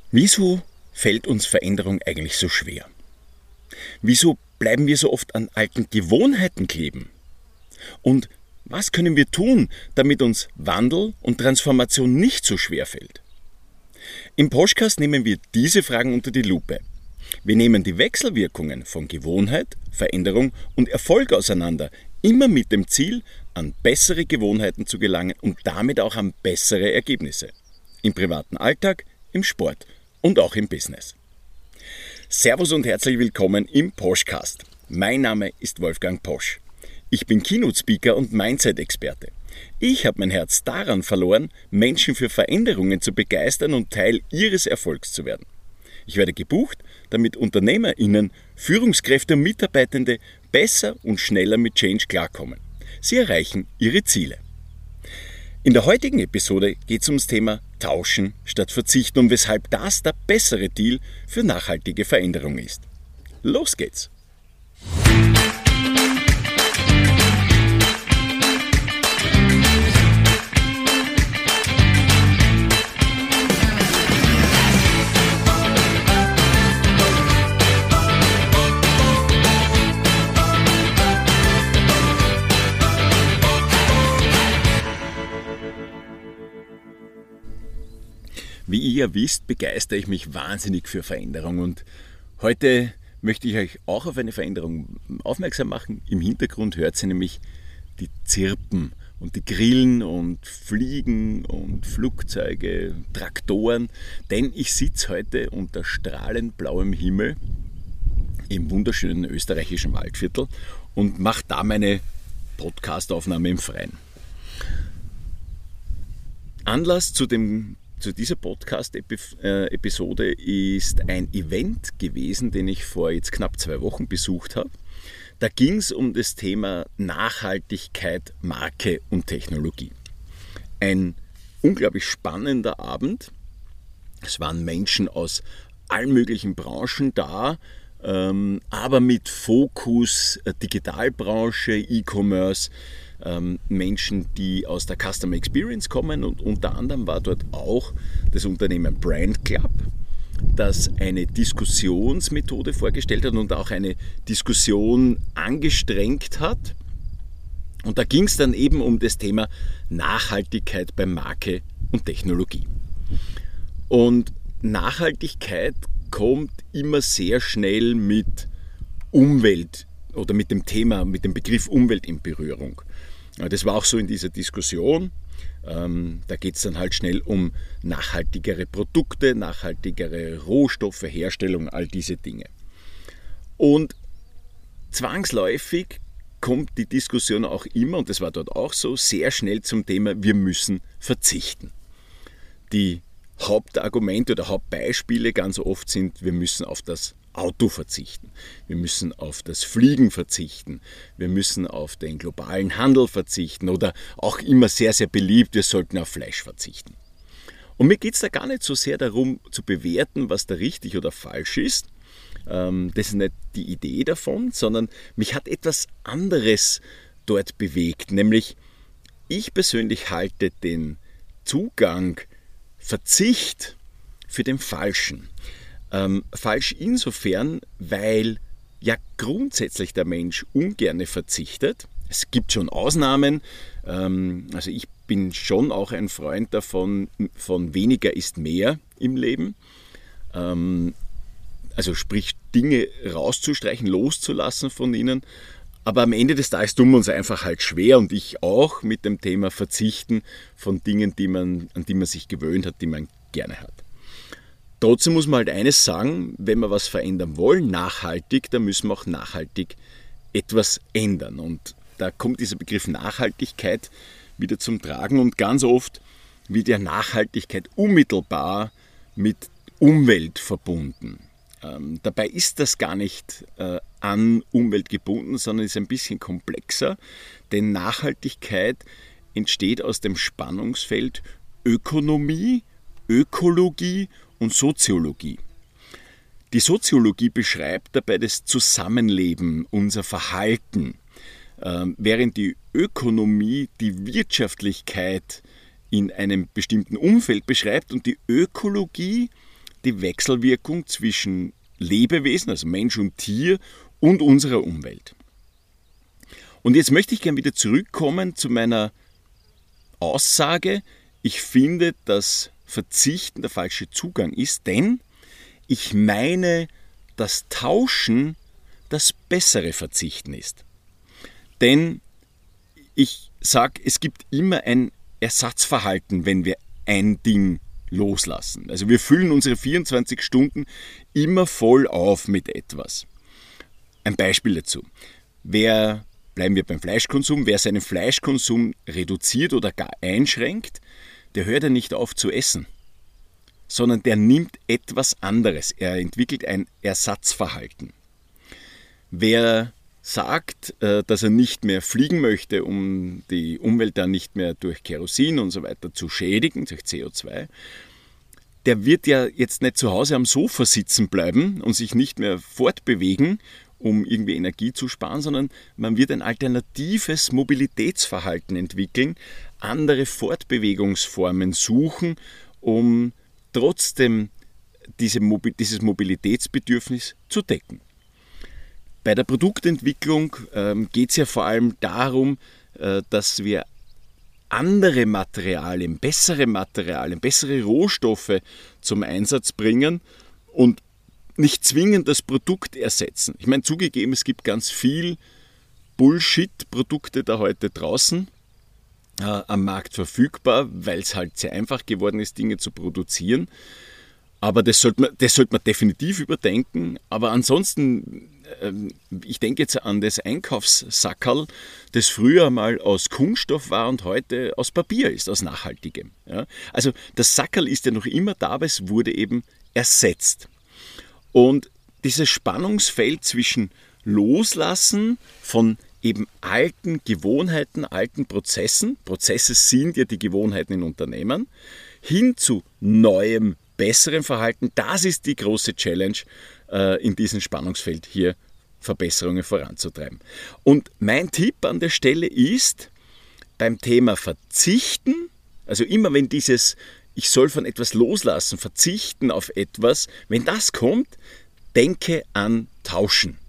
Wieso fällt uns Veränderung eigentlich so schwer? Wieso bleiben wir so oft an alten Gewohnheiten kleben? Und was können wir tun, damit uns Wandel und Transformation nicht so schwer fällt? Im Podcast nehmen wir diese Fragen unter die Lupe. Wir nehmen die Wechselwirkungen von Gewohnheit, Veränderung und Erfolg auseinander, immer mit dem Ziel, an bessere Gewohnheiten zu gelangen und damit auch an bessere Ergebnisse. Im privaten Alltag, im Sport und auch im Business. Servus und herzlich willkommen im Poschcast. Mein Name ist Wolfgang Posch. Ich bin Keynote-Speaker und Mindset-Experte. Ich habe mein Herz daran verloren, Menschen für Veränderungen zu begeistern und Teil ihres Erfolgs zu werden. Ich werde gebucht, damit UnternehmerInnen, Führungskräfte und Mitarbeitende besser und schneller mit Change klarkommen. Sie erreichen ihre Ziele. In der heutigen Episode geht es ums Thema Tauschen statt Verzichten und weshalb das der bessere Deal für nachhaltige Veränderung ist. Los geht's! Wie ihr ja wisst, begeistere ich mich wahnsinnig für Veränderung und heute möchte ich euch auch auf eine Veränderung aufmerksam machen. Im Hintergrund hört ihr nämlich die Zirpen und die Grillen und Fliegen und Flugzeuge, Traktoren, denn ich sitze heute unter strahlend blauem Himmel im wunderschönen österreichischen Waldviertel und mache da meine Podcastaufnahme im Freien. Anlass zu dieser Podcast-Episode ist ein Event gewesen, den ich vor jetzt knapp 2 Wochen besucht habe. Da ging es um das Thema Nachhaltigkeit, Marke und Technologie. Ein unglaublich spannender Abend. Es waren Menschen aus allen möglichen Branchen da, aber mit Fokus Digitalbranche, E-Commerce, Menschen, die aus der Customer Experience kommen, und unter anderem war dort auch das Unternehmen Brand Club, das eine Diskussionsmethode vorgestellt hat und auch eine Diskussion angestrengt hat. Und da ging es dann eben um das Thema Nachhaltigkeit bei Marke und Technologie. Und Nachhaltigkeit kommt immer sehr schnell mit Umwelt oder mit dem Begriff Umwelt in Berührung. Das war auch so in dieser Diskussion. Da geht es dann halt schnell um nachhaltigere Produkte, nachhaltigere Rohstoffe, Herstellung, all diese Dinge. Und zwangsläufig kommt die Diskussion auch immer, und das war dort auch so, sehr schnell zum Thema, wir müssen verzichten. Die Hauptargumente oder Hauptbeispiele ganz oft sind, wir müssen auf das Auto verzichten, wir müssen auf das Fliegen verzichten, wir müssen auf den globalen Handel verzichten oder auch immer sehr, sehr beliebt, wir sollten auf Fleisch verzichten. Und mir geht es da gar nicht so sehr darum zu bewerten, was da richtig oder falsch ist. Das ist nicht die Idee davon, sondern mich hat etwas anderes dort bewegt, nämlich ich persönlich halte den Zugang Verzicht für den falschen. Falsch insofern, weil ja grundsätzlich der Mensch ungerne verzichtet. Es gibt schon Ausnahmen. Also ich bin schon auch ein Freund davon, von weniger ist mehr im Leben. Also sprich Dinge rauszustreichen, loszulassen von ihnen. Aber am Ende des Tages tun wir uns einfach halt schwer, und ich auch, mit dem Thema Verzichten von Dingen, an die man sich gewöhnt hat, die man gerne hat. Trotzdem muss man halt eines sagen, wenn wir was verändern wollen, nachhaltig, dann müssen wir auch nachhaltig etwas ändern. Und da kommt dieser Begriff Nachhaltigkeit wieder zum Tragen, und ganz oft wird ja Nachhaltigkeit unmittelbar mit Umwelt verbunden. Dabei ist das gar nicht an Umwelt gebunden, sondern ist ein bisschen komplexer, denn Nachhaltigkeit entsteht aus dem Spannungsfeld Ökonomie, Ökologie und Soziologie. Die Soziologie beschreibt dabei das Zusammenleben, unser Verhalten, während die Ökonomie die Wirtschaftlichkeit in einem bestimmten Umfeld beschreibt und die Ökologie die Wechselwirkung zwischen Lebewesen, also Mensch und Tier, und unserer Umwelt. Und jetzt möchte ich gerne wieder zurückkommen zu meiner Aussage, ich finde, dass Verzichten der falsche Zugang ist, denn ich meine, dass Tauschen das bessere Verzichten ist. Denn ich sage, es gibt immer ein Ersatzverhalten, wenn wir ein Ding loslassen. Also wir füllen unsere 24 Stunden immer voll auf mit etwas. Ein Beispiel dazu. Bleiben wir beim Fleischkonsum, wer seinen Fleischkonsum reduziert oder gar einschränkt, der hört ja nicht auf zu essen, sondern der nimmt etwas anderes. Er entwickelt ein Ersatzverhalten. Wer sagt, dass er nicht mehr fliegen möchte, um die Umwelt dann nicht mehr durch Kerosin und so weiter zu schädigen, durch CO2, der wird ja jetzt nicht zu Hause am Sofa sitzen bleiben und sich nicht mehr fortbewegen, um irgendwie Energie zu sparen, sondern man wird ein alternatives Mobilitätsverhalten entwickeln, andere Fortbewegungsformen suchen, um trotzdem dieses Mobilitätsbedürfnis zu decken. Bei der Produktentwicklung geht es ja vor allem darum, dass wir andere Materialien, bessere Rohstoffe zum Einsatz bringen und nicht zwingend das Produkt ersetzen. Ich meine, zugegeben, es gibt ganz viel Bullshit-Produkte da heute draußen am Markt verfügbar, weil es halt sehr einfach geworden ist, Dinge zu produzieren. Aber das sollte man definitiv überdenken. Aber ansonsten, ich denke jetzt an das Einkaufssackerl, das früher mal aus Kunststoff war und heute aus Papier ist, aus nachhaltigem. Ja? Also das Sackerl ist ja noch immer da, aber es wurde eben ersetzt. Und dieses Spannungsfeld zwischen Loslassen von eben alten Gewohnheiten, alten Prozessen, Prozesse sind ja die Gewohnheiten in Unternehmen, hin zu neuem, besserem Verhalten, das ist die große Challenge, in diesem Spannungsfeld hier Verbesserungen voranzutreiben. Und mein Tipp an der Stelle ist, beim Thema Verzichten, also immer wenn dieses ich soll von etwas loslassen, verzichten auf etwas, wenn das kommt, denke an Tauschen.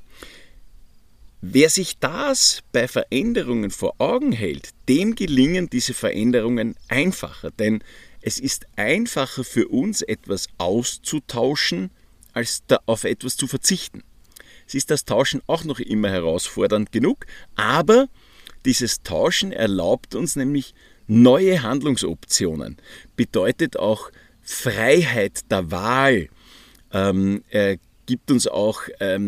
Wer sich das bei Veränderungen vor Augen hält, dem gelingen diese Veränderungen einfacher, denn es ist einfacher für uns, etwas auszutauschen, als auf etwas zu verzichten. Es ist das Tauschen auch noch immer herausfordernd genug, aber dieses Tauschen erlaubt uns nämlich neue Handlungsoptionen, bedeutet auch Freiheit der Wahl, gibt uns auch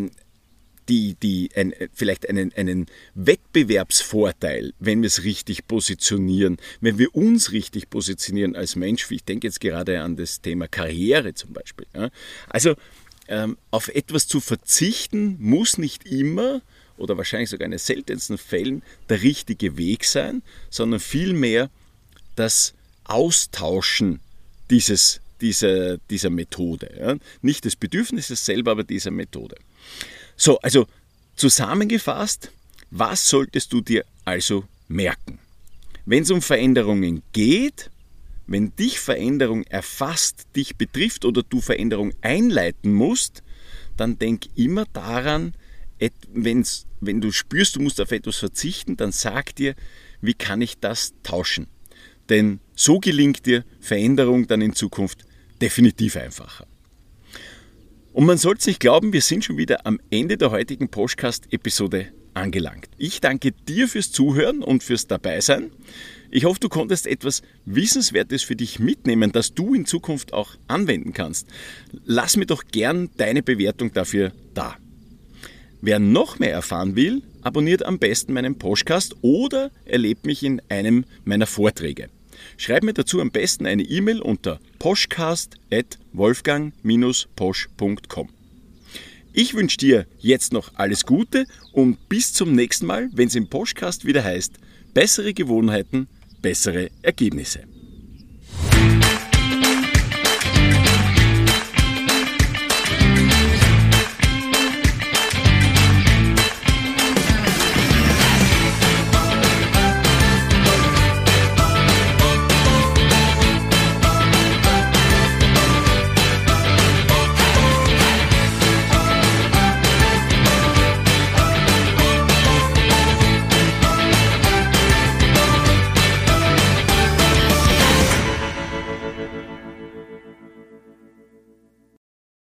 vielleicht einen Wettbewerbsvorteil, wenn wir es richtig positionieren, wenn wir uns richtig positionieren als Mensch. Ich denke jetzt gerade an das Thema Karriere zum Beispiel. Ja. Also auf etwas zu verzichten muss nicht immer oder wahrscheinlich sogar in den seltensten Fällen der richtige Weg sein, sondern vielmehr das Austauschen dieser Methode. Ja. Nicht des Bedürfnisses selber, aber dieser Methode. So, also zusammengefasst, was solltest du dir also merken? Wenn es um Veränderungen geht, wenn dich Veränderung erfasst, dich betrifft oder du Veränderung einleiten musst, dann denk immer daran, wenn du spürst, du musst auf etwas verzichten, dann sag dir, wie kann ich das tauschen? Denn so gelingt dir Veränderung dann in Zukunft definitiv einfacher. Und man sollte es nicht glauben, wir sind schon wieder am Ende der heutigen Podcast-Episode angelangt. Ich danke dir fürs Zuhören und fürs Dabeisein. Ich hoffe, du konntest etwas Wissenswertes für dich mitnehmen, das du in Zukunft auch anwenden kannst. Lass mir doch gern deine Bewertung dafür da. Wer noch mehr erfahren will, abonniert am besten meinen Podcast oder erlebt mich in einem meiner Vorträge. Schreib mir dazu am besten eine E-Mail unter poschcast@wolfgang-posch.com. Ich wünsche dir jetzt noch alles Gute und bis zum nächsten Mal, wenn es im Poschcast wieder heißt, bessere Gewohnheiten, bessere Ergebnisse.